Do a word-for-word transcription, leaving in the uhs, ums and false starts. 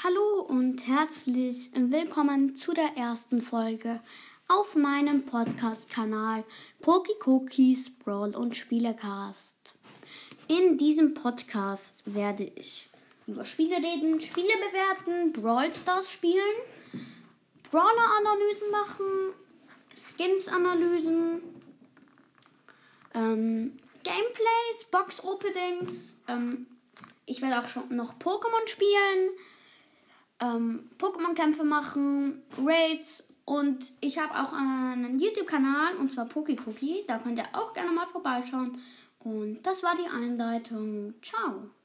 Hallo und herzlich willkommen zu der ersten Folge auf meinem Podcast-Kanal Pokicookies Brawl und Spielecast. In diesem Podcast werde ich über Spiele reden, Spiele bewerten, Brawl Stars spielen, Brawler-Analysen machen, Skins-Analysen, ähm, Gameplays, Box-Openings, ähm, ich werde auch schon noch Pokémon spielen, ähm, Pokémon-Kämpfe machen, Raids und ich habe auch einen YouTube-Kanal und zwar Pokicookie, da könnt ihr auch gerne mal vorbeischauen. Und das war die Einleitung. Ciao!